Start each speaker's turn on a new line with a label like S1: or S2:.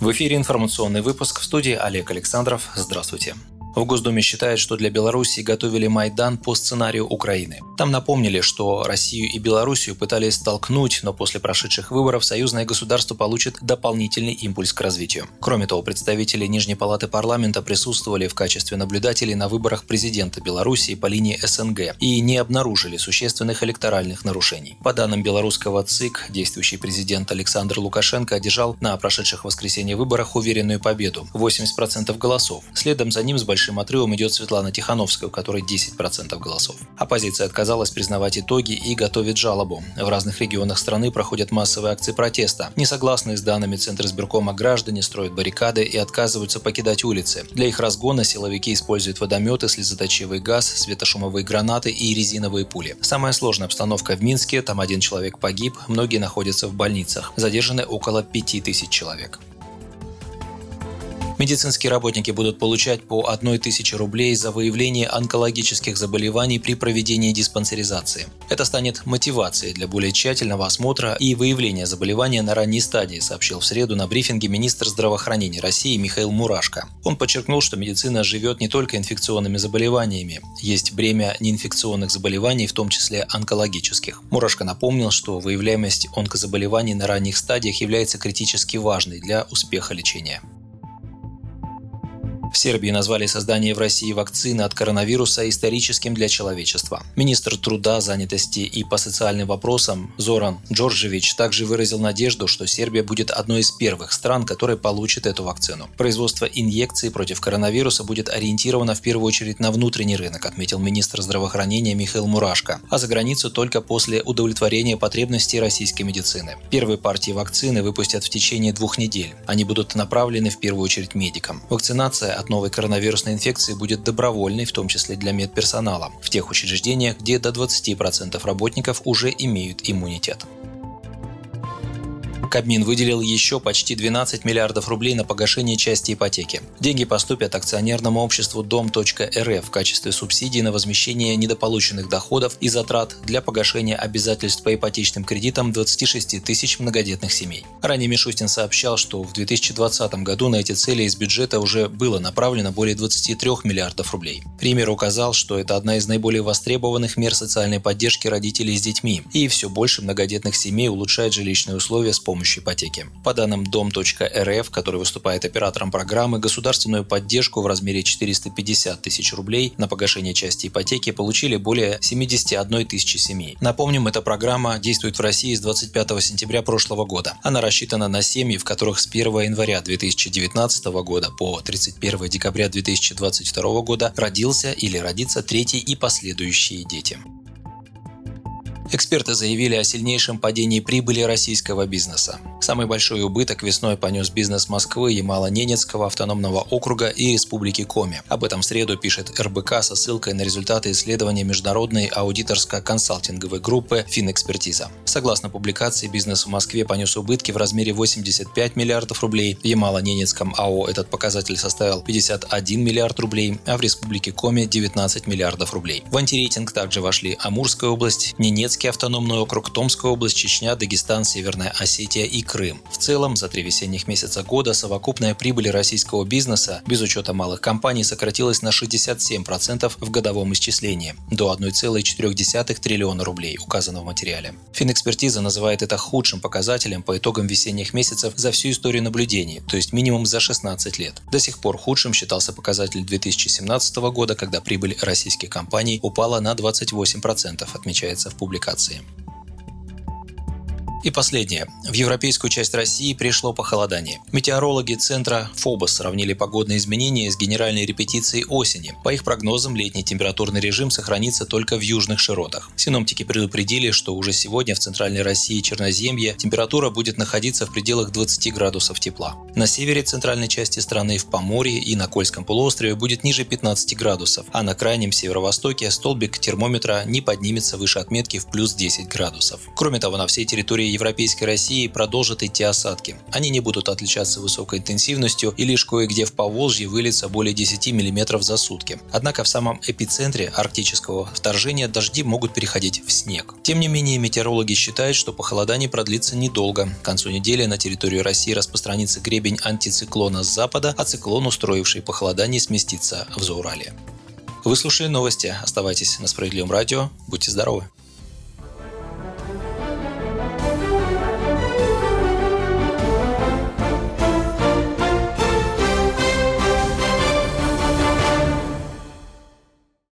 S1: В эфире информационный выпуск, в студии Олег Александров. Здравствуйте. В Госдуме считают, что для Беларуси готовили Майдан по сценарию Украины. Там напомнили, что Россию и Белоруссию пытались столкнуть, но после прошедших выборов союзное государство получит дополнительный импульс к развитию. Кроме того, представители Нижней палаты парламента присутствовали в качестве наблюдателей на выборах президента Белоруссии по линии СНГ и не обнаружили существенных электоральных нарушений. По данным белорусского ЦИК, действующий президент Александр Лукашенко одержал на прошедших в воскресенье выборах уверенную победу – 80% голосов. Следом за ним с большим отрывом идет Светлана Тихановская, у которой 10% голосов. Оппозиция отказалась признавать итоги и готовит жалобу. В разных регионах страны проходят массовые акции протеста. Несогласные с данными Центризбиркома граждане строят баррикады и отказываются покидать улицы. Для их разгона силовики используют водометы, слезоточивый газ, светошумовые гранаты и резиновые пули. Самая сложная обстановка в Минске. Там один человек погиб, многие находятся в больницах. Задержаны около 5000 человек. Медицинские работники будут получать по 1000 рублей за выявление онкологических заболеваний при проведении диспансеризации. Это станет мотивацией для более тщательного осмотра и выявления заболевания на ранней стадии, сообщил в среду на брифинге министр здравоохранения России Михаил Мурашко. Он подчеркнул, что медицина живет не только инфекционными заболеваниями. Есть бремя неинфекционных заболеваний, в том числе онкологических. Мурашко напомнил, что выявляемость онкозаболеваний на ранних стадиях является критически важной для успеха лечения. В Сербии назвали создание в России вакцины от коронавируса историческим для человечества. Министр труда, занятости и по социальным вопросам Зоран Джорджевич также выразил надежду, что Сербия будет одной из первых стран, которая получит эту вакцину. Производство инъекций против коронавируса будет ориентировано в первую очередь на внутренний рынок, отметил министр здравоохранения Михаил Мурашко, а за границу только после удовлетворения потребностей российской медицины. Первые партии вакцины выпустят в течение 2 недель. Они будут направлены в первую очередь медикам. Вакцинация от новой коронавирусной инфекции будет добровольной, в том числе для медперсонала, в тех учреждениях, где до 20% работников уже имеют иммунитет. Кабмин выделил еще почти 12 миллиардов рублей на погашение части ипотеки. Деньги поступят акционерному обществу Дом.РФ в качестве субсидий на возмещение недополученных доходов и затрат для погашения обязательств по ипотечным кредитам 26 тысяч многодетных семей. Ранее Мишустин сообщал, что в 2020 году на эти цели из бюджета уже было направлено более 23 миллиардов рублей. Премьер указал, что это одна из наиболее востребованных мер социальной поддержки родителей с детьми, и все больше многодетных семей улучшает жилищные условия с помощью ипотеки. По данным Дом.РФ, который выступает оператором программы, государственную поддержку в размере 450 тысяч рублей на погашение части ипотеки получили более 71 тысячи семей. Напомним, эта программа действует в России с 25 сентября прошлого года. Она рассчитана на семьи, в которых с 1 января 2019 года по 31 декабря 2022 года родился или родится третий и последующие дети. Эксперты заявили о сильнейшем падении прибыли российского бизнеса. Самый большой убыток весной понес бизнес Москвы, Ямало-Ненецкого автономного округа и Республики Коми. Об этом в среду пишет РБК со ссылкой на результаты исследования международной аудиторско-консалтинговой группы «Финэкспертиза». Согласно публикации, бизнес в Москве понес убытки в размере 85 миллиардов рублей, в Ямало-Ненецком АО этот показатель составил 51 миллиард рублей, а в Республике Коми – 19 миллиардов рублей. В антирейтинг также вошли Амурская область, Ненецкий автономный округ, Томская область, Чечня, Дагестан, Северная Осетия и Крым. В целом, за 3 весенних месяца года совокупная прибыль российского бизнеса, без учета малых компаний, сократилась на 67% в годовом исчислении, до 1,4 триллиона рублей, указано в материале. Финэкспертиза называет это худшим показателем по итогам весенних месяцев за всю историю наблюдений, то есть минимум за 16 лет. До сих пор худшим считался показатель 2017 года, когда прибыль российских компаний упала на 28%, отмечается в публикации. И последнее. В европейскую часть России пришло похолодание. Метеорологи центра ФОБОС сравнили погодные изменения с генеральной репетицией осени. По их прогнозам, летний температурный режим сохранится только в южных широтах. Синоптики предупредили, что уже сегодня в центральной России и Черноземье температура будет находиться в пределах 20 градусов тепла. На севере центральной части страны, в Поморье и на Кольском полуострове будет ниже 15 градусов, а на крайнем северо-востоке столбик термометра не поднимется выше отметки в плюс 10 градусов. Кроме того, на всей территории европейской России продолжат идти осадки. Они не будут отличаться высокой интенсивностью и лишь кое-где в Поволжье выльется более 10 мм за сутки. Однако в самом эпицентре арктического вторжения дожди могут переходить в снег. Тем не менее, метеорологи считают, что похолодание продлится недолго. К концу недели на территорию России распространится гребень антициклона с запада, а циклон, устроивший похолодание, сместится в Зауралье. Вы слушали новости. Оставайтесь на Справедливом радио. Будьте здоровы!